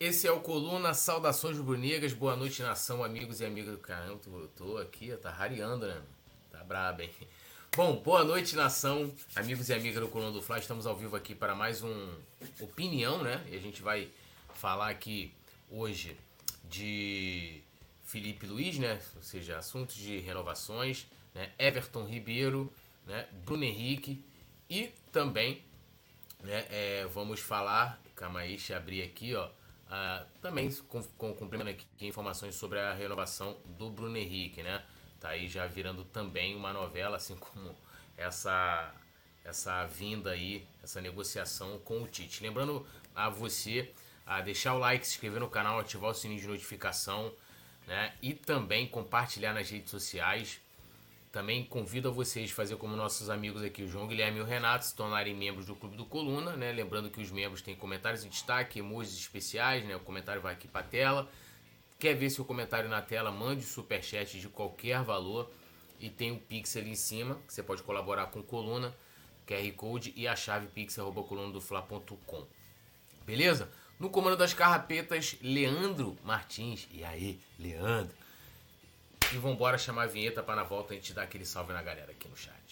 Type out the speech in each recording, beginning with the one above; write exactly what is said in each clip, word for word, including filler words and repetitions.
Esse é o Coluna, saudações rubro-negras, boa noite nação, amigos e amigas do caramba, eu tô aqui, tá rareando, né? Tá brabo, hein? Bom, boa noite nação, amigos e amigas do Coluna do Fla, estamos ao vivo aqui para mais um Opinião, né? E a gente vai falar aqui hoje de Felipe Luiz, né? Ou seja, assuntos de renovações, né? Everton Ribeiro, né? Bruno Henrique e também, né? É, vamos falar, calma aí, deixa eu abrir aqui, ó. Uh, também com, com, complementando aqui informações sobre a renovação do Bruno Henrique, né? Tá aí já virando também uma novela, assim como essa, essa vinda aí, essa negociação com o Tite. Lembrando a você a deixar o like, se inscrever no canal, ativar o sininho de notificação, né? E também compartilhar nas redes sociais. Também convido a vocês a fazer como nossos amigos aqui, o João Guilherme e o Renato, se tornarem membros do Clube do Coluna, né? Lembrando que os membros têm comentários em destaque, emojis especiais, né? O comentário vai aqui para a tela. Quer ver seu comentário na tela? Mande superchat de qualquer valor. E tem o Pix ali em cima, que você pode colaborar com o Coluna, Q R Code e a chave pix arroba coluna do fla ponto com. Beleza? No comando das carrapetas, Leandro Martins. E aí, Leandro? E vambora chamar a vinheta para na volta a gente dar aquele salve na galera aqui no chat.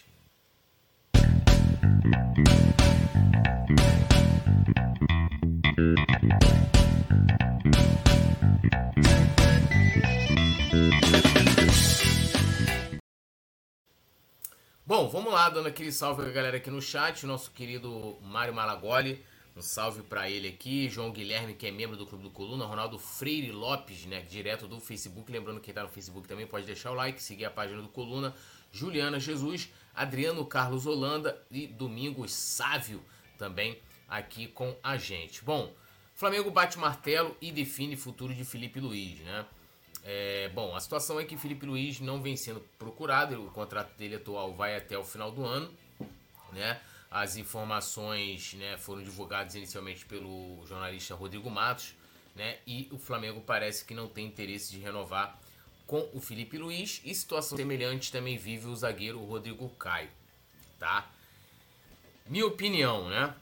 Bom, vamos lá, dando aquele salve pra galera aqui no chat. O nosso querido Mário Malagoli, um salve pra ele aqui. João Guilherme, que é membro do Clube do Coluna. Ronaldo Freire Lopes, né, direto do Facebook. Lembrando que quem tá no Facebook também pode deixar o like, seguir a página do Coluna. Juliana Jesus, Adriano Carlos Holanda e Domingos Sávio também aqui com a gente. Bom, Flamengo bate o martelo e define futuro de Felipe Luiz, né? É, bom, a situação é que Felipe Luiz não vem sendo procurado, o contrato dele atual vai até o final do ano, né? As informações, né, foram divulgadas inicialmente pelo jornalista Rodrigo Matos, né? E o Flamengo parece que não tem interesse de renovar com o Felipe Luiz, e situação semelhante também vive o zagueiro Rodrigo Caio, tá? Minha opinião, né?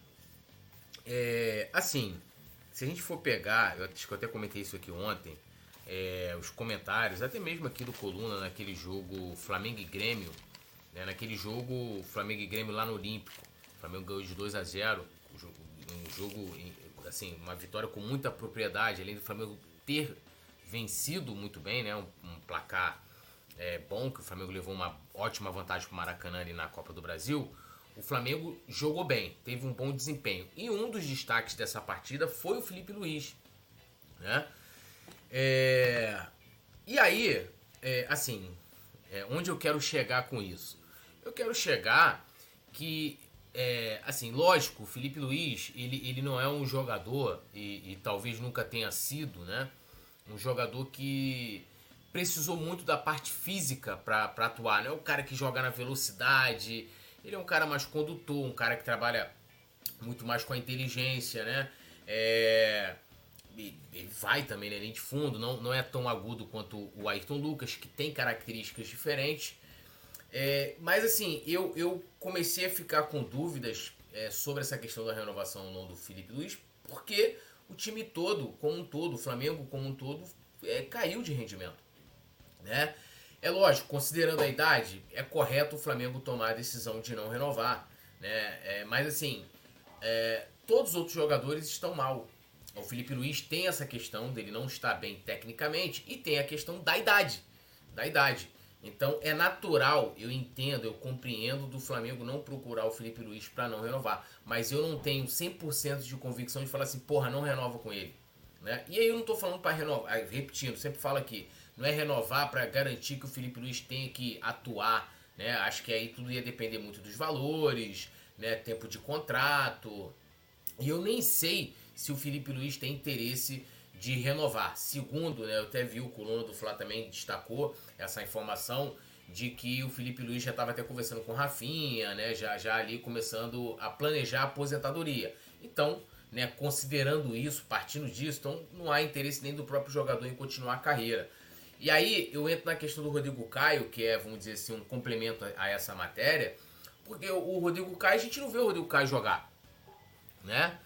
É, assim, se a gente for pegar, eu acho que eu até comentei isso aqui ontem, É, os comentários, até mesmo aqui do Coluna, naquele jogo Flamengo e Grêmio, né, naquele jogo Flamengo e Grêmio lá no Olímpico, o Flamengo ganhou de dois a zero, um jogo, um jogo, assim, uma vitória com muita propriedade, além do Flamengo ter vencido muito bem, né, um, um placar é, bom, que o Flamengo levou uma ótima vantagem para o Maracanã ali na Copa do Brasil. O Flamengo jogou bem, teve um bom desempenho, e um dos destaques dessa partida foi o Felipe Luiz, né? É, e aí, é, assim, é, onde eu quero chegar com isso? Eu quero chegar que, é, assim, lógico, o Felipe Luiz, ele, ele não é um jogador, e, e talvez nunca tenha sido, né? Um jogador que precisou muito da parte física para atuar, não é um cara que joga na velocidade, ele é um cara mais condutor, um cara que trabalha muito mais com a inteligência, né? É... Ele vai também na linha de fundo, não, não é tão agudo quanto o Ayrton Lucas, que tem características diferentes. É, mas assim, eu, eu comecei a ficar com dúvidas é, sobre essa questão da renovação ou não do Felipe Luiz, porque o time todo, como um todo, o Flamengo como um todo, é, caiu de rendimento, né? É lógico, considerando a idade, é correto o Flamengo tomar a decisão de não renovar, né? É, mas assim, é, todos os outros jogadores estão mal. O Felipe Luiz tem essa questão dele não estar bem tecnicamente e tem a questão da idade, da idade. Então é natural, eu entendo, eu compreendo do Flamengo não procurar o Felipe Luiz para não renovar, mas eu não tenho cem por cento de convicção de falar assim, porra, não renova com ele, né? E aí eu não tô falando para renovar, repetindo, sempre falo aqui, não é renovar para garantir que o Felipe Luiz tenha que atuar, né? Acho que aí tudo ia depender muito dos valores, né? Tempo de contrato. E eu nem sei se o Felipe Luiz tem interesse de renovar. Segundo, né, eu até vi o Coluna do Fla também destacou essa informação de que o Felipe Luiz já estava até conversando com o Rafinha, né, já, já ali começando a planejar a aposentadoria. Então, né, considerando isso, partindo disso, então não há interesse nem do próprio jogador em continuar a carreira. E aí eu entro na questão do Rodrigo Caio, que é, vamos dizer assim, um complemento a essa matéria, porque o Rodrigo Caio, a gente não vê o Rodrigo Caio jogar, né?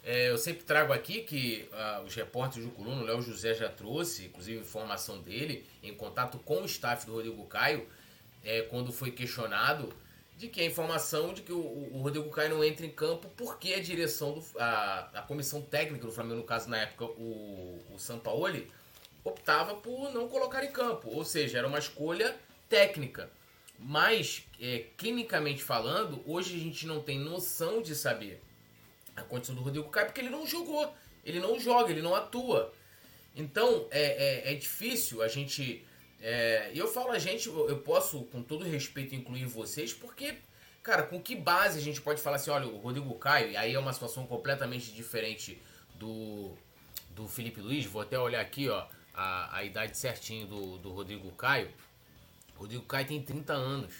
É, eu sempre trago aqui que ah, os repórteres do Coluna, o Léo José já trouxe, inclusive informação dele, em contato com o staff do Rodrigo Caio, é, quando foi questionado, de que a informação de que o, o Rodrigo Caio não entra em campo porque a direção, do, a, a comissão técnica do Flamengo, no caso na época o, o Sampaoli, optava por não colocar em campo, ou seja, era uma escolha técnica. Mas, é, clinicamente falando, hoje a gente não tem noção de saber a condição do Rodrigo Caio porque ele não jogou, ele não joga, ele não atua. Então é, é, é difícil a gente... É, eu falo a gente, eu posso com todo respeito incluir vocês, porque, cara, com que base a gente pode falar assim, olha, o Rodrigo Caio, e aí é uma situação completamente diferente do, do Felipe Luiz, vou até olhar aqui, ó, a, a idade certinho do, do Rodrigo Caio. O Rodrigo Caio tem trinta anos.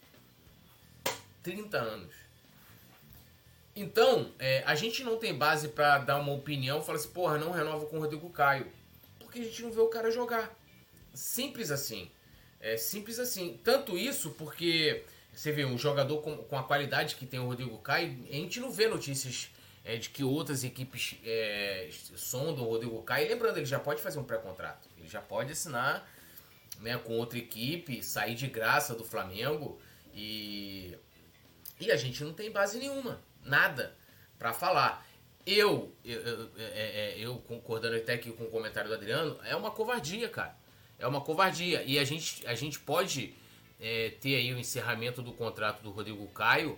trinta anos. Então, é, a gente não tem base pra dar uma opinião, falar assim, porra, não renova com o Rodrigo Caio, porque a gente não vê o cara jogar. Simples assim. É simples assim. Tanto isso porque você vê um jogador com, com a qualidade que tem o Rodrigo Caio, a gente não vê notícias é, de que outras equipes é, sondam o Rodrigo Caio. Lembrando, ele já pode fazer um pré-contrato. Ele já pode assinar, né, com outra equipe, sair de graça do Flamengo e, e a gente não tem base nenhuma. Nada pra falar. Eu, eu, eu, eu, eu concordando até aqui com o comentário do Adriano, é uma covardia, cara. É uma covardia. E a gente, a gente pode é, ter aí o encerramento do contrato do Rodrigo Caio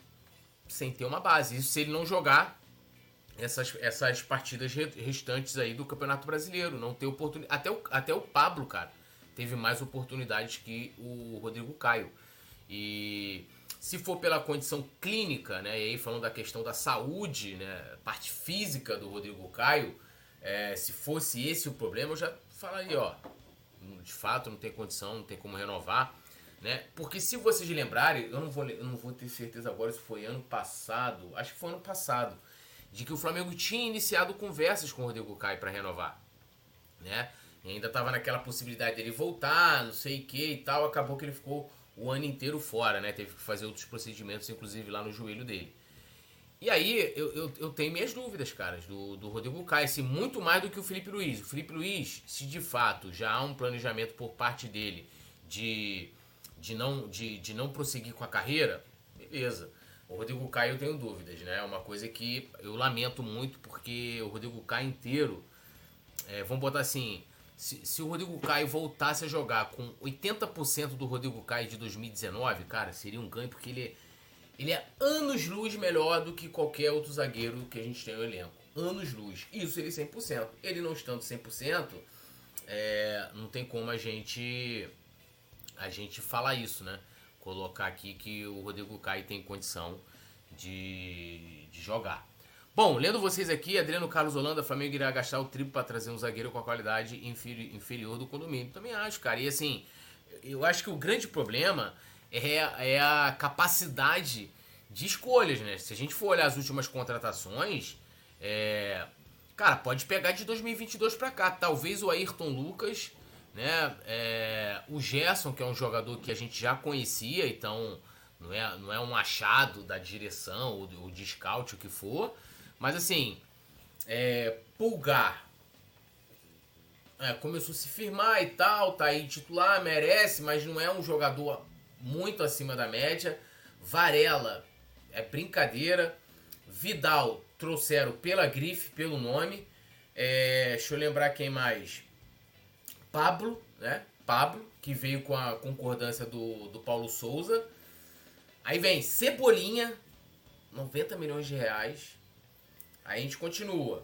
sem ter uma base. Isso se ele não jogar essas, essas partidas restantes aí do Campeonato Brasileiro. Não ter oportunidade. Até o, até o Pablo, cara, teve mais oportunidades que o Rodrigo Caio. E se for pela condição clínica, né, e aí falando da questão da saúde, né, parte física do Rodrigo Caio, é, se fosse esse o problema, eu já falaria, ó, de fato não tem condição, não tem como renovar, né? Porque se vocês lembrarem, eu não vou, eu não vou ter certeza agora se foi ano passado, acho que foi ano passado, de que o Flamengo tinha iniciado conversas com o Rodrigo Caio para renovar, né? E ainda tava naquela possibilidade dele voltar, não sei o que e tal, acabou que ele ficou o ano inteiro fora, né? Teve que fazer outros procedimentos, inclusive lá no joelho dele. E aí, eu, eu, eu tenho minhas dúvidas, caras, do, do Rodrigo Caio, assim, muito mais do que o Felipe Luiz. O Felipe Luiz, se de fato já há um planejamento por parte dele de, de, não, de, de não prosseguir com a carreira, beleza. O Rodrigo Caio eu tenho dúvidas, né? É uma coisa que eu lamento muito, porque o Rodrigo Caio inteiro, é, vamos botar assim, se, se o Rodrigo Caio voltasse a jogar com oitenta por cento do Rodrigo Caio de dois mil e dezenove, cara, seria um ganho, porque ele é Ele é anos-luz melhor do que qualquer outro zagueiro que a gente tem no elenco. Anos-luz. Isso ele cem por cento. Ele não estando cem por cento, é, não tem como a gente, a gente falar isso, né? Colocar aqui que o Rodrigo Caio tem condição de, de jogar. Bom, lendo vocês aqui, Adriano Carlos Holanda, Flamengo irá gastar o triplo para trazer um zagueiro com a qualidade inferi- inferior do condomínio. Também acho, cara. E assim, eu acho que o grande problema É, é a capacidade de escolhas, né? Se a gente for olhar as últimas contratações, é, cara, pode pegar de dois mil e vinte e dois pra cá. Talvez o Ayrton Lucas, né? É, o Gerson, que é um jogador que a gente já conhecia, então não é, não é um achado da direção ou, ou de scout, o que for. Mas assim, é, Pulgar é, começou a se firmar e tal, tá aí titular, merece, mas não é um jogador muito acima da média. Varela é brincadeira. Vidal trouxeram pela grife, pelo nome. É, deixa eu lembrar quem mais. Pablo, né? Pablo, que veio com a concordância do, do Paulo Souza. Aí vem Cebolinha, noventa milhões de reais. Aí a gente continua.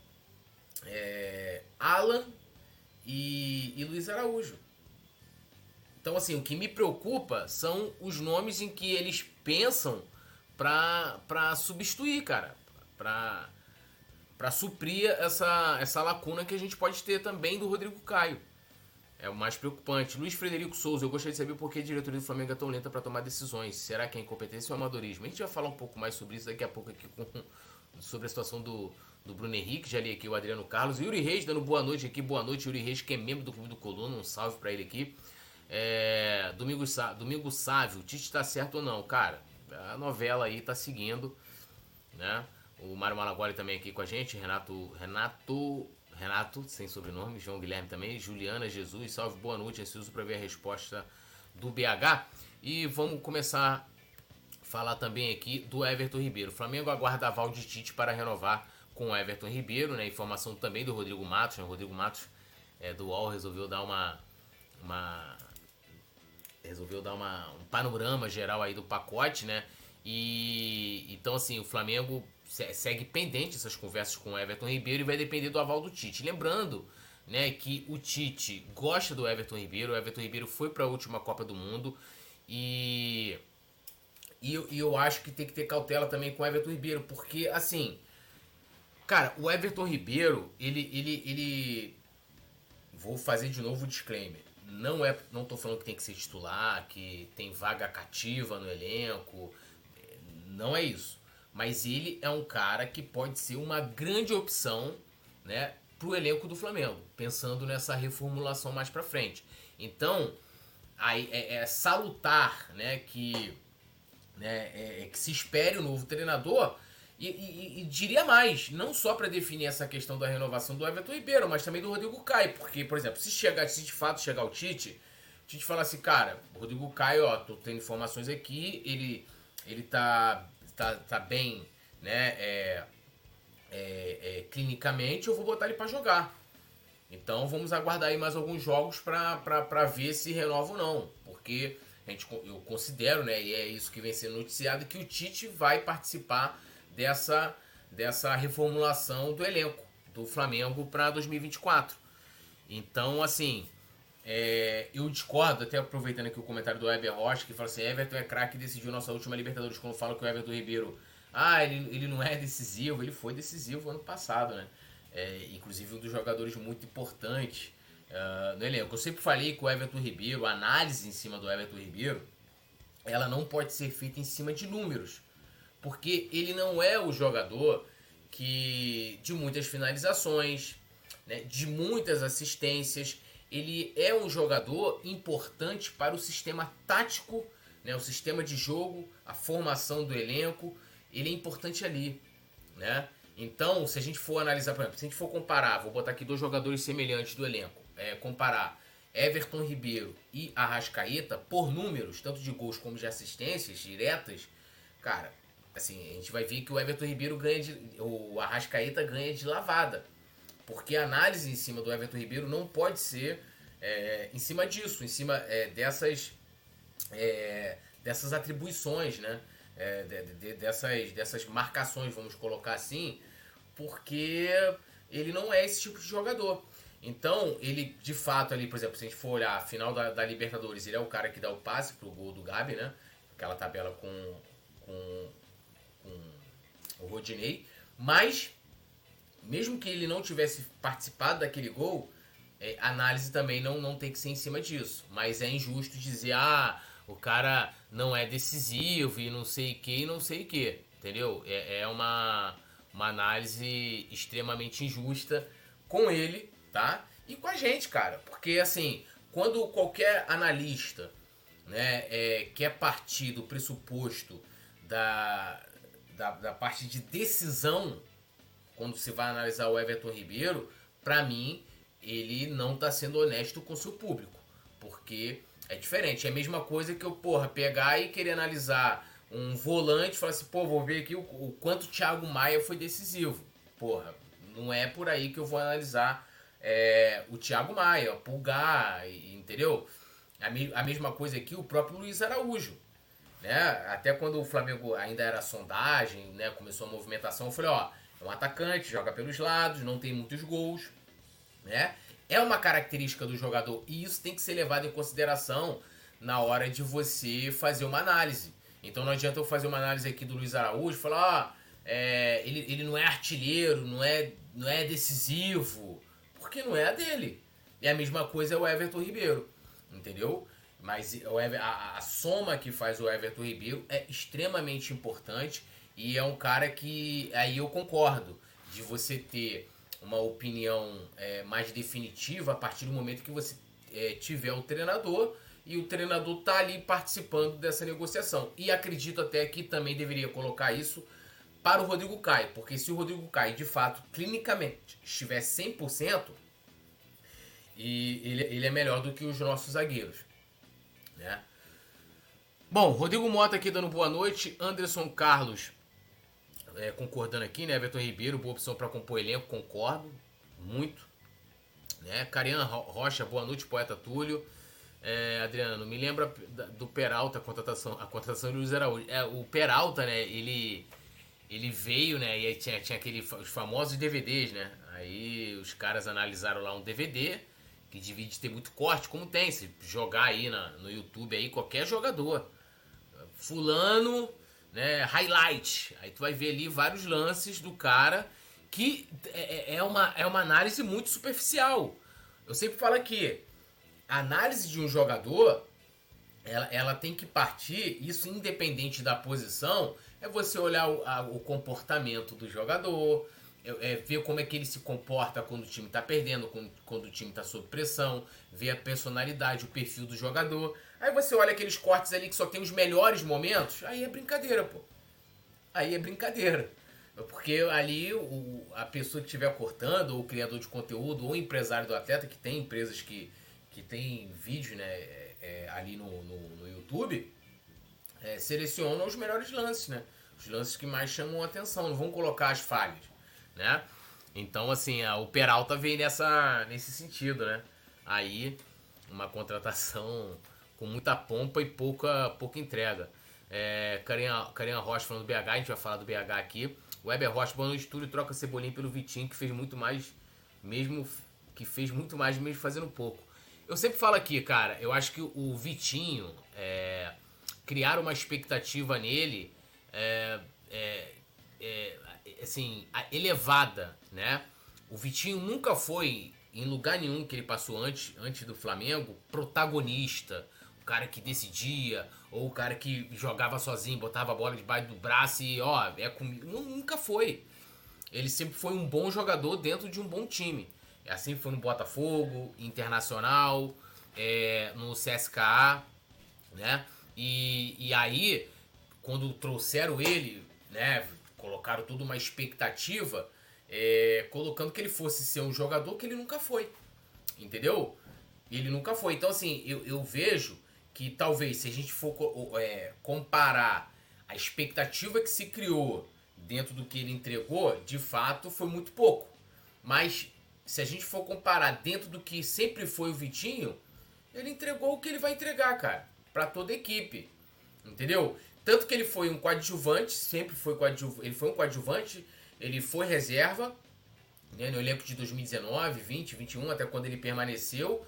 É, Alan e, e Luiz Araújo. Então, assim, o que me preocupa são os nomes em que eles pensam pra, pra substituir, cara. Pra, pra suprir essa, essa lacuna que a gente pode ter também do Rodrigo Caio. É o mais preocupante. Luiz Frederico Souza, eu gostaria de saber por que a diretoria do Flamengo é tão lenta para tomar decisões. Será que é incompetência ou amadorismo? A gente vai falar um pouco mais sobre isso daqui a pouco aqui com, sobre a situação do, do Bruno Henrique. Já li aqui o Adriano Carlos. Yuri Reis dando boa noite aqui. Boa noite, Yuri Reis, que é membro do Clube do Coluna. Um salve para ele aqui. É, Domingo, Sá, Domingo Sávio, o Tite tá certo ou não? Cara, a novela aí tá seguindo, né? O Mário Malagoli também aqui com a gente, Renato, Renato, Renato, sem sobrenome, João Guilherme também, Juliana Jesus, salve, boa noite, ansioso para ver a resposta do B H. E vamos começar a falar também aqui do Everton Ribeiro. O Flamengo aguarda aval de Tite para renovar com o Everton Ribeiro, né? Informação também do Rodrigo Matos, né? O Rodrigo Matos é, do U O L resolveu dar uma, uma resolveu dar uma, um panorama geral aí do pacote, né? E então assim, o Flamengo segue pendente essas conversas com o Everton Ribeiro e vai depender do aval do Tite. Lembrando, né, que o Tite gosta do Everton Ribeiro. O Everton Ribeiro foi para a última Copa do Mundo e, e, e eu acho que tem que ter cautela também com o Everton Ribeiro, porque assim, cara, o Everton Ribeiro, ele, ele, ele, vou fazer de novo o disclaimer. Não é, não tô falando que tem que ser titular, que tem vaga cativa no elenco. Não é isso. Mas ele é um cara que pode ser uma grande opção, né, pro elenco do Flamengo, pensando nessa reformulação mais pra frente. Então, aí é, é salutar, né, que, né, é, é que se espere o novo treinador e, e, e diria mais, não só para definir essa questão da renovação do Everton Ribeiro, mas também do Rodrigo Caio, porque, por exemplo, se chegar, se de fato chegar o Tite, o Tite fala assim, cara, o Rodrigo Caio, ó, tô tendo informações aqui, ele, ele tá, tá, tá bem, né, é, é, é, clinicamente, eu vou botar ele para jogar. Então vamos aguardar aí mais alguns jogos para ver se renova ou não, porque a gente, eu considero, né, e é isso que vem sendo noticiado, que o Tite vai participar dessa, dessa reformulação do elenco do Flamengo para dois mil e vinte e quatro. Então, assim, é, eu discordo, até aproveitando aqui o comentário do Eber Rocha, que fala assim, Everton é craque e decidiu nossa última Libertadores, quando fala que o Everton Ribeiro, ah, ele, ele não é decisivo, ele foi decisivo ano passado, né? É, inclusive um dos jogadores muito importantes uh, no elenco. Eu sempre falei que o Everton Ribeiro, a análise em cima do Everton Ribeiro, ela não pode ser feita em cima de números, porque ele não é o jogador que de muitas finalizações, né, de muitas assistências. Ele é um jogador importante para o sistema tático, né, o sistema de jogo, a formação do elenco. Ele é importante ali, né? Então, se a gente for analisar, por exemplo, se a gente for comparar, vou botar aqui dois jogadores semelhantes do elenco, é, comparar Everton Ribeiro e Arrascaeta, por números, tanto de gols como de assistências diretas, cara, assim, a gente vai ver que o Everton Ribeiro ganha de, o Arrascaeta ganha de lavada, porque a análise em cima do Everton Ribeiro não pode ser é, em cima disso, em cima é, dessas, é, dessas atribuições, né? É, de, de, dessas, dessas marcações, vamos colocar assim, porque ele não é esse tipo de jogador. Então, ele, de fato, ali, por exemplo, se a gente for olhar a final da, da Libertadores, ele é o cara que dá o passe pro gol do Gabi, né? Aquela tabela com, com, com o Rodinei. Mas, mesmo que ele não tivesse participado daquele gol, é, a análise também não, não tem que ser em cima disso. Mas é injusto dizer, ah, o cara não é decisivo e não sei o que e não sei o que, entendeu? É, é uma, uma análise extremamente injusta com ele, tá? E com a gente, cara. Porque, assim, quando qualquer analista, né, é, quer partir do pressuposto da, da, da parte de decisão, quando se vai analisar o Everton Ribeiro, pra mim, ele não tá sendo honesto com o seu público. Porque é diferente, é a mesma coisa que eu, porra, pegar e querer analisar um volante e falar assim, pô, vou ver aqui o, o quanto o Thiago Maia foi decisivo. Porra, não é por aí que eu vou analisar é, o Thiago Maia, o Pulgar, entendeu? A, me, a mesma coisa aqui o próprio Luiz Araújo, né? Até quando o Flamengo ainda era sondagem, né, começou a movimentação, eu falei, ó, é um atacante, joga pelos lados, não tem muitos gols, né? É uma característica do jogador e isso tem que ser levado em consideração na hora de você fazer uma análise. Então não adianta eu fazer uma análise aqui do Luiz Araújo e falar, ó, é, ele, ele não é artilheiro, não é, não é decisivo, porque não é a dele. E a mesma coisa é o Everton Ribeiro, entendeu? Mas o Ever, a, a soma que faz o Everton Ribeiro é extremamente importante e é um cara que, aí eu concordo, de você ter uma opinião é, mais definitiva a partir do momento que você é, tiver o treinador e o treinador tá ali participando dessa negociação. E acredito até que também deveria colocar isso para o Rodrigo Caio. Porque se o Rodrigo Caio, de fato, clinicamente, estiver cem por cento, e ele, ele é melhor do que os nossos zagueiros, né? Bom, Rodrigo Mota aqui dando boa noite. Anderson Carlos é, concordando aqui, né? Everton Ribeiro, boa opção para compor elenco, concordo muito, né? Cariana Rocha, boa noite, poeta Túlio. É, Adriano, me lembra do Peralta, a contratação, a contratação de Luiz Araújo. É, o Peralta, né? Ele, ele veio, né? E aí tinha, tinha aquele, os famosos D V Ds, né? Aí os caras analisaram lá um D V D que divide ter muito corte, como tem. Se jogar aí na, no YouTube aí, qualquer jogador. Fulano, né? Highlight. Aí tu vai ver ali vários lances do cara que é, é, uma, é uma análise muito superficial. Eu sempre falo aqui, a análise de um jogador, ela, ela tem que partir, isso independente da posição, é você olhar o, a, o comportamento do jogador, é, é ver como é que ele se comporta quando o time tá perdendo, quando, quando o time tá sob pressão, ver a personalidade, o perfil do jogador. Aí você olha aqueles cortes ali que só tem os melhores momentos, aí é brincadeira, pô. Aí é brincadeira. Porque ali o, a pessoa que estiver cortando, ou o criador de conteúdo, ou o empresário do atleta, que tem empresas que, que tem vídeo, né, é, é, ali no, no, no YouTube, é, selecionam os melhores lances, né? Os lances que mais chamam a atenção, não vão colocar as falhas, né? Então, assim, a, o Peralta vem nessa, nesse sentido, né? Aí, uma contratação com muita pompa e pouca, pouca entrega. É, Carinha, Carinha Rocha falando do B H, a gente vai falar do B H aqui. O Weber Rocha, boa noite, Túlio, troca Cebolinha pelo Vitinho, que fez muito mais, mesmo que fez muito mais mesmo fazendo pouco. Eu sempre falo aqui, cara, eu acho que o Vitinho, é, criar uma expectativa nele, é, é, é, assim, elevada, né? O Vitinho nunca foi, em lugar nenhum que ele passou antes, antes do Flamengo, protagonista, o cara que decidia, ou o cara que jogava sozinho, botava a bola debaixo do braço e, ó, é comigo. Nunca foi. Ele sempre foi um bom jogador dentro de um bom time. Assim foi no Botafogo, Internacional, é, no C S K A, né? E, e aí, quando trouxeram ele, né, colocaram toda uma expectativa, é, colocando que ele fosse ser um jogador que ele nunca foi, entendeu? Ele nunca foi. Então, assim, eu, eu vejo que talvez, se a gente for é, comparar a expectativa que se criou dentro do que ele entregou, de fato, foi muito pouco. Mas, se a gente for comparar dentro do que sempre foi o Vitinho, ele entregou o que ele vai entregar, cara, pra toda a equipe, entendeu? Tanto que ele foi um coadjuvante, sempre foi coadjuvante, ele foi um coadjuvante, ele foi reserva, né, no elenco de dois mil e dezenove, vinte, vinte e um, até quando ele permaneceu,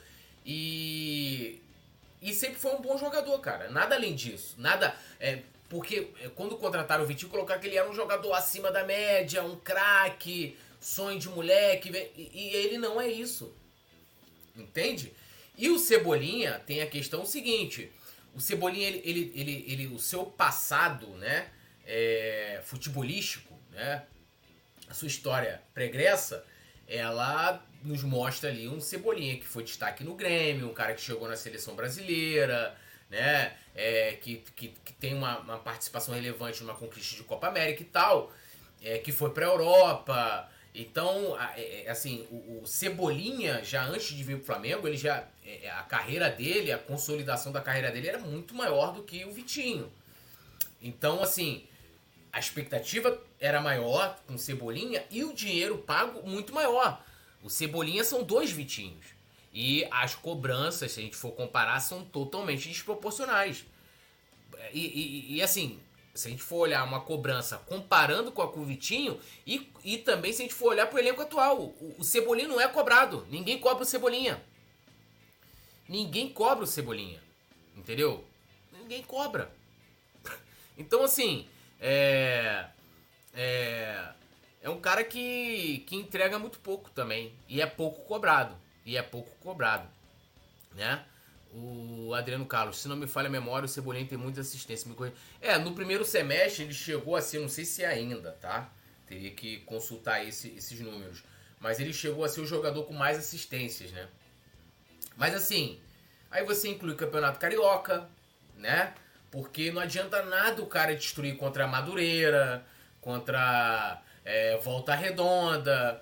e, e sempre foi um bom jogador, cara, nada além disso, nada, é, porque quando contrataram o Vitinho, colocaram que ele era um jogador acima da média, um craque, sonho de moleque, e, e ele não é isso, entende? E o Cebolinha tem a questão seguinte, o Cebolinha, ele, ele, ele, ele o seu passado, né, é, futebolístico, né, a sua história pregressa, ela nos mostra ali um Cebolinha que foi destaque no Grêmio, um cara que chegou na seleção brasileira, né, é, que, que, que tem uma, uma participação relevante numa conquista de Copa América e tal, é, que foi pra Europa. Então, assim, o, o Cebolinha, já antes de vir pro Flamengo, ele já, a carreira dele, a consolidação da carreira dele era muito maior do que o Vitinho. Então, assim, a expectativa era maior com o Cebolinha e o dinheiro pago muito maior. O Cebolinha são dois Vitinhos. E as cobranças, se a gente for comparar, são totalmente desproporcionais. E, e, e assim, se a gente for olhar uma cobrança comparando com a com o Vitinho, e, e também se a gente for olhar pro elenco atual, o, o Cebolinha não é cobrado. Ninguém cobra o Cebolinha. Ninguém cobra o Cebolinha. Entendeu? Ninguém cobra. Então, assim, é, é, é um cara que, que entrega muito pouco também. E é pouco cobrado. E é pouco cobrado. Né? O Adriano Carlos, se não me falha a memória, o Cebolinha tem muita assistência. Me corri... É, no primeiro semestre ele chegou a ser, não sei se é ainda, tá? Teria que consultar esse, esses números. Mas ele chegou a ser o jogador com mais assistências, né? Mas assim, aí você inclui o Campeonato Carioca, né? Porque não adianta nada o cara destruir contra a Madureira, contra é, Volta Redonda,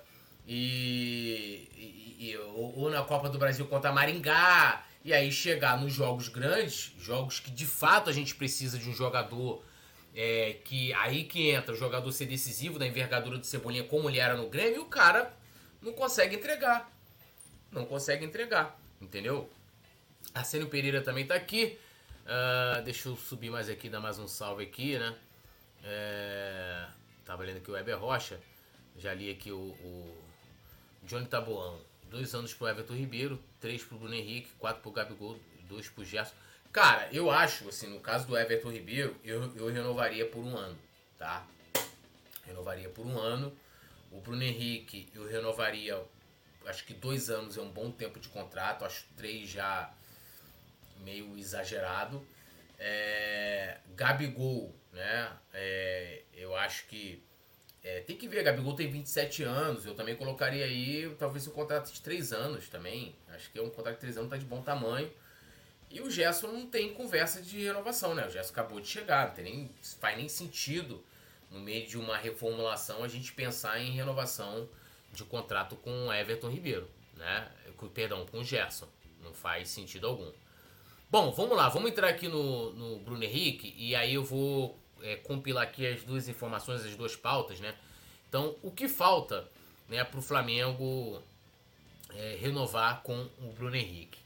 e, e, e ou, ou na Copa do Brasil contra Maringá, e aí chegar nos jogos grandes, jogos que de fato a gente precisa de um jogador, é, que aí que entra o jogador ser decisivo da envergadura do Cebolinha, como ele era no Grêmio, e o cara não consegue entregar. Não consegue entregar, entendeu? Arsênio Pereira também tá aqui. Uh, deixa eu subir mais aqui, dar mais um salve aqui, né? É, tava lendo aqui o Weber Rocha. Já li aqui o, o Johnny Taboão. Dois anos pro Everton Ribeiro, três pro Bruno Henrique, quatro pro Gabigol, dois pro Gerson. Cara, eu acho, assim, no caso do Everton Ribeiro, eu, eu renovaria por um ano, tá? Renovaria por um ano. O Bruno Henrique, eu renovaria, acho que dois anos é um bom tempo de contrato, acho três já meio exagerado. É, Gabigol, né? É, eu acho que é, tem que ver, Gabigol tem vinte e sete anos, eu também colocaria aí talvez um contrato de três anos também. Acho que é um contrato de três anos, tá de bom tamanho. E o Gerson não tem conversa de renovação, né? O Gerson acabou de chegar, não tem nem, faz nem sentido no meio de uma reformulação a gente pensar em renovação de contrato com o Everton Ribeiro, né? Perdão, com o Gerson. Não faz sentido algum. Bom, vamos lá, vamos entrar aqui no, no Bruno Henrique e aí eu vou é, compilar aqui as duas informações, as duas pautas, né? Então, o que falta, né, para o Flamengo é, renovar com o Bruno Henrique?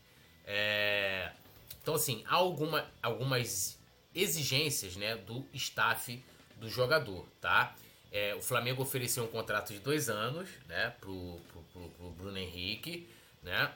É, então, assim, há alguma, algumas exigências, né, do staff do jogador, tá? É, o Flamengo ofereceu um contrato de dois anos, né, pro, pro, pro, pro Bruno Henrique, né?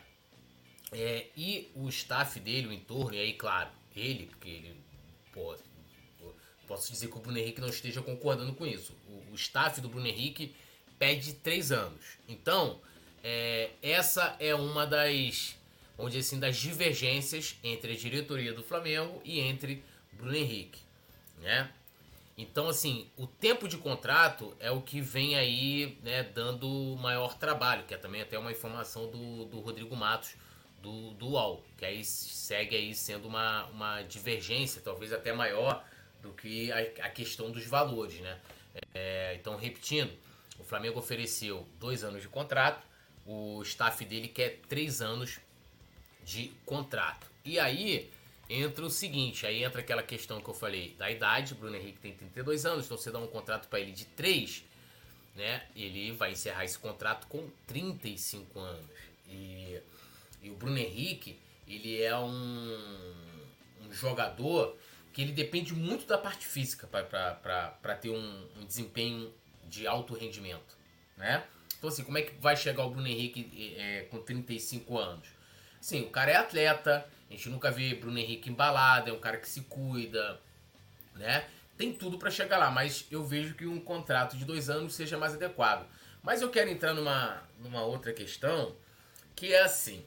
É, e o staff dele, o entorno, e aí, claro, ele, porque ele, pô, posso dizer que o Bruno Henrique não esteja concordando com isso. O, o staff do Bruno Henrique pede três anos. Então, é, essa é uma das, vamos dizer assim, das divergências entre a diretoria do Flamengo e entre Bruno Henrique, né? Então, assim, o tempo de contrato é o que vem aí, né, dando maior trabalho, que é também até uma informação do, do Rodrigo Matos, do, do U O L, que aí segue aí sendo uma, uma divergência, talvez até maior do que a, a questão dos valores, né? É, então, repetindo, o Flamengo ofereceu dois anos de contrato, o staff dele quer três anos de contrato. E aí entra o seguinte, aí entra aquela questão que eu falei da idade. O Bruno Henrique tem trinta e dois anos, então você dá um contrato para ele de três, né? Ele vai encerrar esse contrato com trinta e cinco anos. E, e o Bruno Henrique, ele é um, um jogador que ele depende muito da parte física para ter um, um desempenho de alto rendimento, né? Então, assim, como é que vai chegar o Bruno Henrique é, com trinta e cinco anos? Sim, o cara é atleta, a gente nunca vê Bruno Henrique embalado, é um cara que se cuida, né? Tem tudo para chegar lá, mas eu vejo que um contrato de dois anos seja mais adequado. Mas eu quero entrar numa, numa outra questão, que é assim,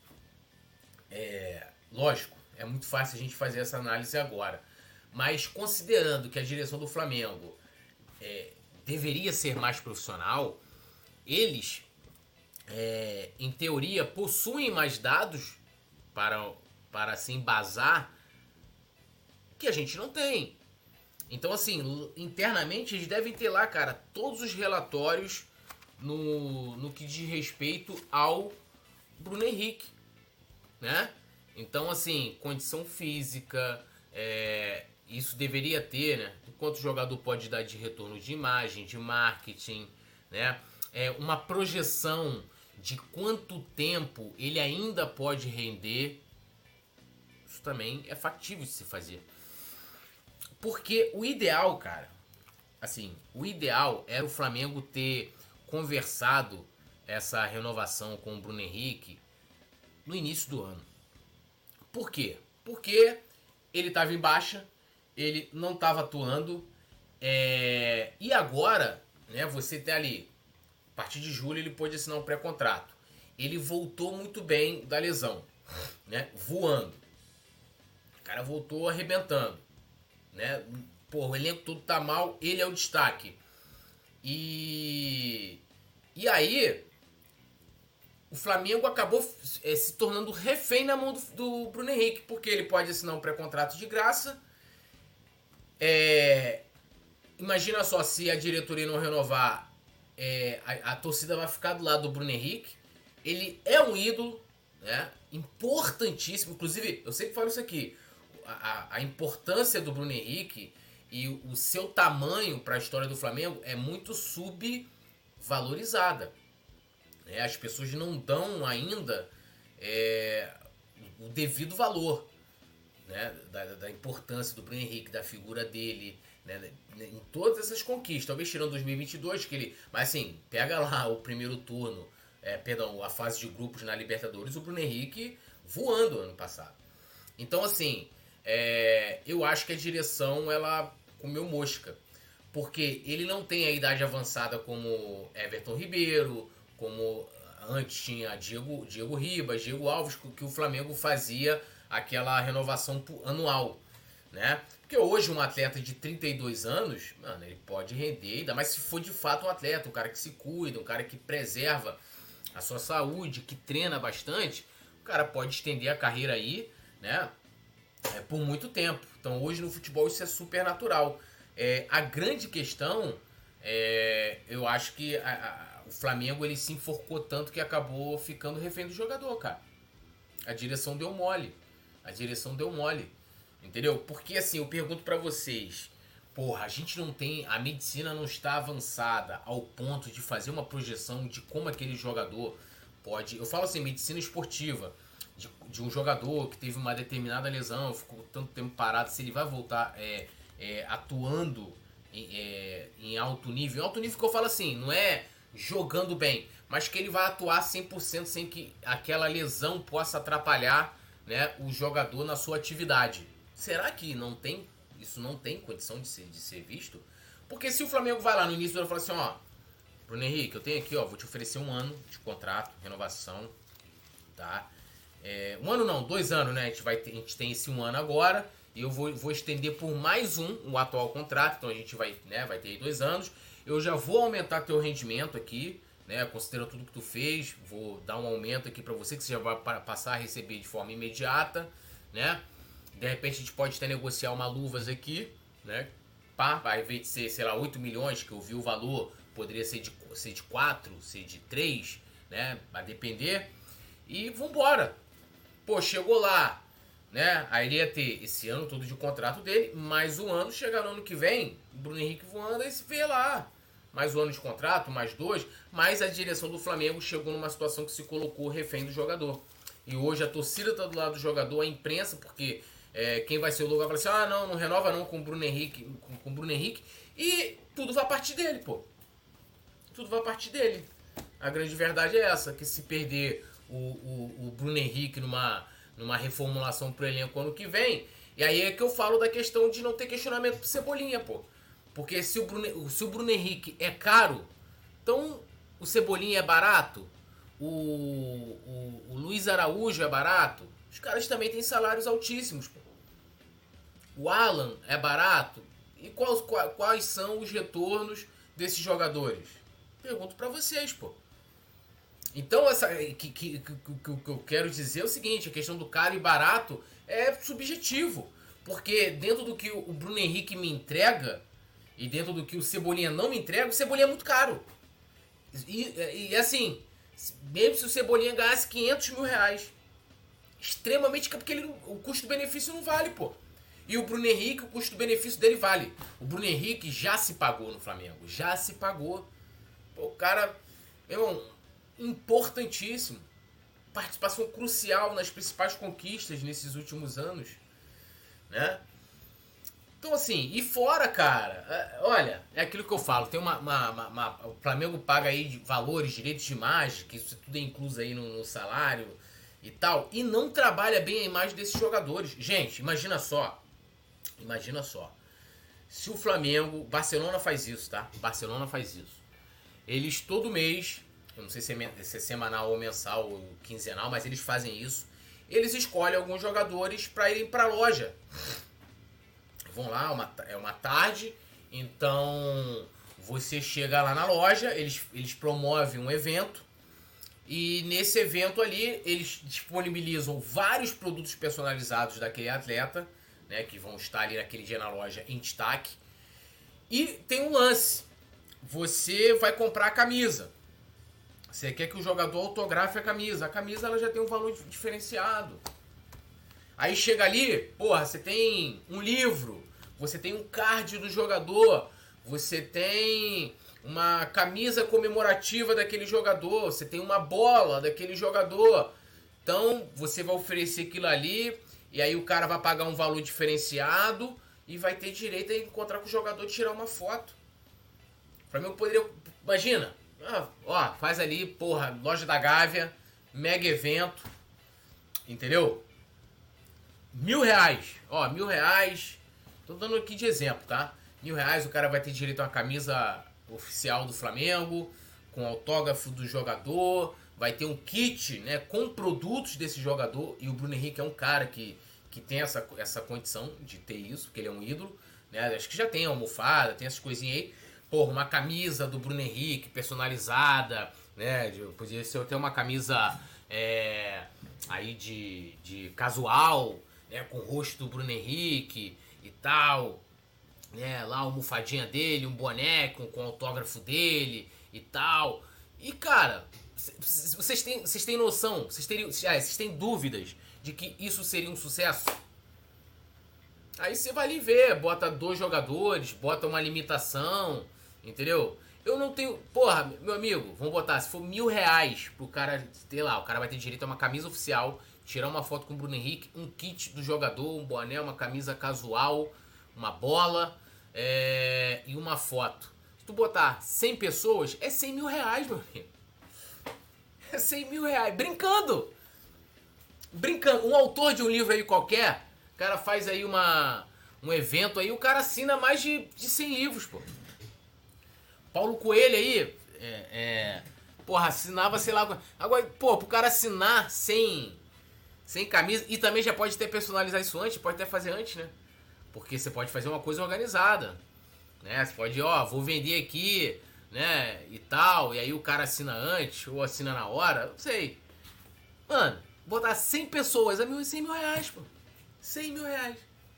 é, lógico, é muito fácil a gente fazer essa análise agora, mas considerando que a direção do Flamengo é, deveria ser mais profissional, eles, é, em teoria, possuem mais dados para, para se embasar que a gente não tem. Então, assim, internamente eles devem ter lá, cara, todos os relatórios no, no que diz respeito ao Bruno Henrique, né? Então, assim, condição física, é, isso deveria ter, né? Quanto o jogador pode dar de retorno de imagem, de marketing, né? É, uma projeção de quanto tempo ele ainda pode render. Isso também é factível de se fazer. Porque o ideal, cara, assim, o ideal era o Flamengo ter conversado essa renovação com o Bruno Henrique no início do ano. Por quê? Porque ele estava em baixa, ele não estava atuando, é... e agora, né, você tem ali, a partir de julho ele pôde assinar um pré-contrato. Ele voltou muito bem da lesão, né, voando. O cara voltou arrebentando, né? Pô, o elenco todo tá mal, ele é o destaque. E e aí o Flamengo acabou é, se tornando refém na mão do, do Bruno Henrique, porque ele pode assinar um pré-contrato de graça. É, imagina só, se a diretoria não renovar, é, a, a torcida vai ficar do lado do Bruno Henrique. Ele é um ídolo, né? Importantíssimo. Inclusive, eu sempre falo isso aqui. A, a, a importância do Bruno Henrique e o, o seu tamanho para a história do Flamengo é muito subvalorizada. É, as pessoas não dão ainda é, o devido valor, né, da, da importância do Bruno Henrique, da figura dele, né, em todas essas conquistas. Talvez tirando dois mil e vinte e dois, que ele... Mas assim, pega lá o primeiro turno, é, perdão, a fase de grupos na Libertadores, o Bruno Henrique voando ano passado. Então assim, é, eu acho que a direção, ela comeu mosca. Porque ele não tem a idade avançada como Everton Ribeiro, como antes tinha Diego, Diego Ribas, Diego Alves, que o Flamengo fazia aquela renovação anual, né? Porque hoje um atleta de trinta e dois anos, mano, ele pode render, ainda mais se for de fato um atleta, um cara que se cuida, um cara que preserva a sua saúde, que treina bastante, o cara pode estender a carreira aí, né, é, por muito tempo. Então hoje no futebol isso é super natural. É, a grande questão, é, eu acho que a, a, o Flamengo ele se enforcou tanto que acabou ficando refém do jogador, cara. A direção deu mole. A direção deu mole. Entendeu? Porque assim, eu pergunto pra vocês, porra, a gente não tem, a medicina não está avançada ao ponto de fazer uma projeção de como aquele jogador pode... Eu falo assim, medicina esportiva, de, de um jogador que teve uma determinada lesão, ficou tanto tempo parado, se ele vai voltar... É, É, atuando em, é, em alto nível. Em alto nível que eu falo assim, não é jogando bem, mas que ele vai atuar cem por cento sem que aquela lesão possa atrapalhar, né, o jogador na sua atividade. Será que não tem, isso não tem condição de ser, de ser visto? Porque se o Flamengo vai lá no início do ano e fala assim, ó, Bruno Henrique, eu tenho aqui, ó, vou te oferecer um ano de contrato, renovação, tá? É, um ano não, dois anos, né? A gente, vai ter, a gente tem esse um ano agora. E eu vou, vou estender por mais um o atual contrato. Então a gente vai, né, vai ter aí dois anos. Eu já vou aumentar teu rendimento aqui, né? Considerando tudo que tu fez. Vou dar um aumento aqui pra você, que você já vai passar a receber de forma imediata, né? De repente a gente pode até negociar uma luvas aqui, né? Pá, ao invés de ser, sei lá, oito milhões, que eu vi o valor, poderia ser de, ser de quatro, ser de três, né? Vai depender. E vambora. Pô, chegou lá, né? Aí ele ia ter esse ano todo de contrato dele, mais um ano, chegar no ano que vem, o Bruno Henrique voando, aí se vê lá. Mais um ano de contrato, mais dois, mas a direção do Flamengo chegou numa situação que se colocou refém do jogador. E hoje a torcida tá do lado do jogador, a imprensa, porque é, quem vai ser o lugar vai falar assim, ah não, não renova não com o Bruno Henrique, com, com o Bruno Henrique, e tudo vai partir dele, pô. Tudo vai partir dele. A grande verdade é essa, que se perder o, o, o Bruno Henrique numa, numa reformulação pro elenco ano que vem, e aí é que eu falo da questão de não ter questionamento pro Cebolinha, pô. Porque se o Bruno, se o Bruno Henrique é caro, então o Cebolinha é barato, o, o, o Luiz Araújo é barato, os caras também têm salários altíssimos, pô. O Alan é barato, e quais, quais são os retornos desses jogadores? Pergunto pra vocês, pô. Então, essa, que, que, que, que, que eu quero dizer é o seguinte, a questão do caro e barato é subjetivo. Porque dentro do que o Bruno Henrique me entrega, e dentro do que o Cebolinha não me entrega, o Cebolinha é muito caro. E, e assim, mesmo se o Cebolinha ganhasse quinhentos mil reais, extremamente caro, porque ele, o custo-benefício não vale, pô. E o Bruno Henrique, o custo-benefício dele vale. O Bruno Henrique já se pagou no Flamengo, já se pagou. Pô, o cara, meu irmão, importantíssimo. Participação crucial nas principais conquistas nesses últimos anos, né? Então assim, e fora, cara, olha, é aquilo que eu falo, tem uma, uma, uma, uma o Flamengo paga aí de valores, direitos de imagem, que isso tudo é incluso aí no, no salário e tal, e não trabalha bem a imagem desses jogadores. Gente, imagina só, imagina só, se o Flamengo, Barcelona faz isso, tá? Barcelona faz isso. Eles todo mês, eu não sei se é, se é semanal ou mensal ou quinzenal, mas eles fazem isso. Eles escolhem alguns jogadores para irem para a loja. Vão lá, uma, é uma tarde, então você chega lá na loja, eles, eles promovem um evento, e nesse evento ali eles disponibilizam vários produtos personalizados daquele atleta, né, que vão estar ali naquele dia na loja em destaque. E tem um lance. Você vai comprar a camisa. Você quer que o jogador autografe a camisa. A camisa ela já tem um valor diferenciado. Aí chega ali, porra, você tem um livro, você tem um card do jogador, você tem uma camisa comemorativa daquele jogador, você tem uma bola daquele jogador. Então você vai oferecer aquilo ali e aí o cara vai pagar um valor diferenciado e vai ter direito a encontrar com o jogador e tirar uma foto. O Flamengo poderia... Imagina, ah, ó, faz ali, porra, loja da Gávea, mega evento, entendeu? Mil reais, ó, mil reais, tô dando aqui de exemplo, tá? Mil reais, o cara vai ter direito a uma camisa oficial do Flamengo, com autógrafo do jogador, vai ter um kit, né, com produtos desse jogador, e o Bruno Henrique é um cara que, que tem essa, essa condição de ter isso, porque ele é um ídolo, né? Acho que já tem almofada, tem essas coisinhas aí. Porra, uma camisa do Bruno Henrique personalizada, né? Podia ser até uma camisa é, aí de, de casual, né? Com o rosto do Bruno Henrique e tal, né? Lá a almofadinha dele, um boné com, com o autógrafo dele e tal. E cara, vocês têm, vocês têm noção, vocês, teriam, ah, vocês têm dúvidas de que isso seria um sucesso? Aí você vai ali ver, bota dois jogadores, bota uma limitação, entendeu? Eu não tenho... Porra, meu amigo, vamos botar, se for mil reais pro cara, sei lá, o cara vai ter direito a uma camisa oficial, tirar uma foto com o Bruno Henrique, um kit do jogador, um boné, uma camisa casual, uma bola é, e uma foto. Se tu botar cem pessoas, é cem mil reais, meu amigo. É cem mil reais, brincando! Brincando, um autor de um livro aí qualquer... O cara faz aí uma, um evento aí, o cara assina mais de, de cem livros, pô. Paulo Coelho aí, é, é, porra, assinava, sei lá... Agora, pô, pro cara assinar sem, sem camisa... E também já pode até personalizar isso antes, pode até fazer antes, né? Porque você pode fazer uma coisa organizada, né? Você pode, ó, vou vender aqui, né, e tal, e aí o cara assina antes, ou assina na hora, não sei. Mano, botar cem pessoas é cem mil reais, pô. cem mil reais.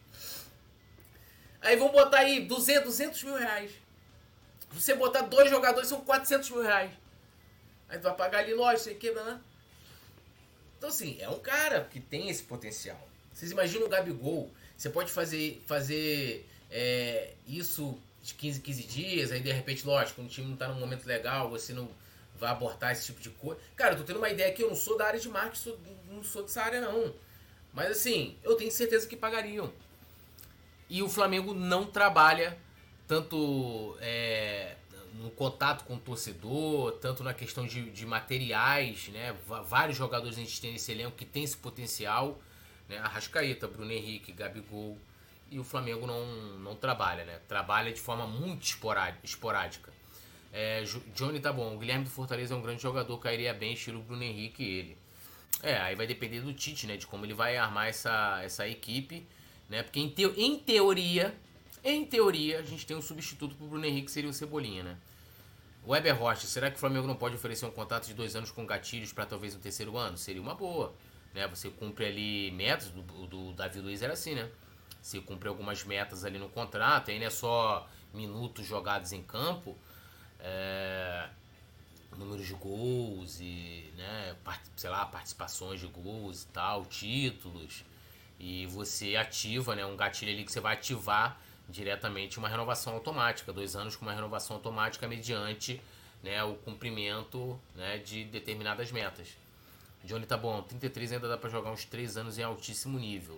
Aí vamos botar aí duzentos, duzentos mil reais. Você botar dois jogadores são quatrocentos mil reais. Aí tu vai pagar ali, lógico, sei que, né? Então assim, é um cara que tem esse potencial. Vocês imaginam o Gabigol? Você pode fazer, fazer é, isso de quinze, quinze dias, aí de repente, lógico, quando o time não tá num momento legal, você não vai abortar esse tipo de coisa. Cara, eu tô tendo uma ideia aqui, eu não sou da área de marketing, sou, não sou dessa área não. Mas assim, eu tenho certeza que pagariam. E o Flamengo não trabalha tanto é, no contato com o torcedor, tanto na questão de, de materiais, né? Vários jogadores a gente tem nesse elenco que tem esse potencial, né? Arrascaeta, Bruno Henrique, Gabigol. E o Flamengo não, não trabalha, né? Trabalha de forma muito esporádica. É, Johnny tá bom, o Guilherme do Fortaleza é um grande jogador, cairia bem estilo Bruno Henrique e ele. É, aí vai depender do Tite, né? De como ele vai armar essa, essa equipe, né? Porque em, te, em teoria, em teoria, a gente tem um substituto pro Bruno Henrique, que seria o Cebolinha, né? O Weber Rocha, será que o Flamengo não pode oferecer um contrato de dois anos com gatilhos para talvez um terceiro ano? Seria uma boa, né? Você cumpre ali metas, do, do Davi Luiz era assim, né? Você cumpre algumas metas ali no contrato, aí não é só minutos jogados em campo, é... números de gols e, né, sei lá, participações de gols e tal, títulos. E você ativa, né, um gatilho ali que você vai ativar diretamente uma renovação automática. Dois anos com uma renovação automática mediante, né, o cumprimento, né, de determinadas metas. Johnny tá bom, trinta e três ainda dá pra jogar uns três anos em altíssimo nível.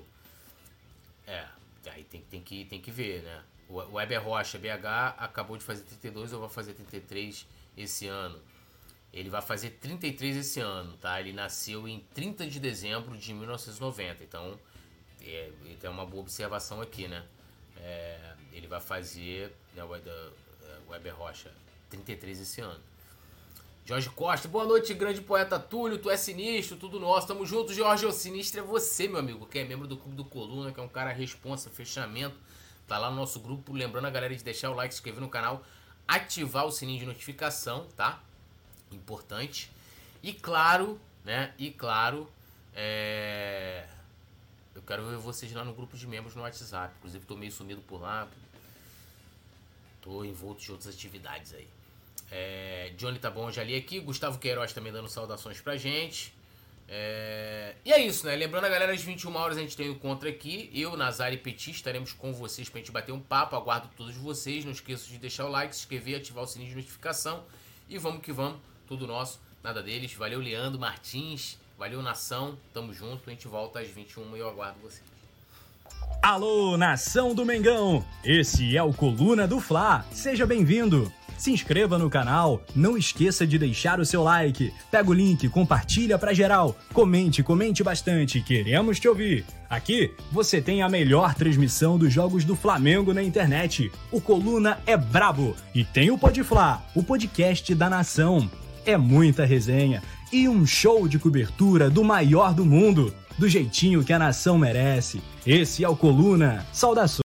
É, aí tem, tem, que, tem que ver, né. O Weber Rocha, B H, acabou de fazer trinta e dois ou vai fazer trinta e três esse ano? Ele vai fazer trinta e três esse ano, tá? Ele nasceu em trinta de dezembro de mil novecentos e noventa, então é, tem uma boa observação aqui, né? É, ele vai fazer, né, o Weber Rocha, trinta e três esse ano. Jorge Costa, boa noite, grande poeta Túlio, tu é sinistro, tudo nosso, tamo junto, Jorge, o sinistro é você, meu amigo, que é membro do Clube do Coluna, que é um cara responsa, fechamento, tá lá no nosso grupo, lembrando a galera de deixar o like, se inscrever no canal, ativar o sininho de notificação, tá? Importante. E claro, né? E claro, é... eu quero ver vocês lá no grupo de membros no WhatsApp. Inclusive, tô meio sumido por lá. Tô envolto de outras atividades aí. É, Johnny tá bom, já li aqui. Gustavo Queiroz também dando saudações pra gente. É, e é isso, né? Lembrando a galera, às vinte e uma horas a gente tem o encontro aqui. Eu, Nazário e Petit estaremos com vocês pra gente bater um papo. Aguardo todos vocês. Não esqueçam de deixar o like, se inscrever, ativar o sininho de notificação. E vamos que vamos. Tudo nosso, nada deles. Valeu, Leandro Martins. Valeu, nação. Tamo junto. A gente volta às vinte e uma e eu aguardo vocês. Alô, nação do Mengão! Esse é o Coluna do Fla. Seja bem-vindo. Se inscreva no canal, não esqueça de deixar o seu like, pega o link, compartilha pra geral, comente, comente bastante, queremos te ouvir. Aqui você tem a melhor transmissão dos jogos do Flamengo na internet. O Coluna é brabo e tem o Pod Fla, o podcast da nação. É muita resenha e um show de cobertura do maior do mundo, do jeitinho que a nação merece. Esse é o Coluna. Saudações.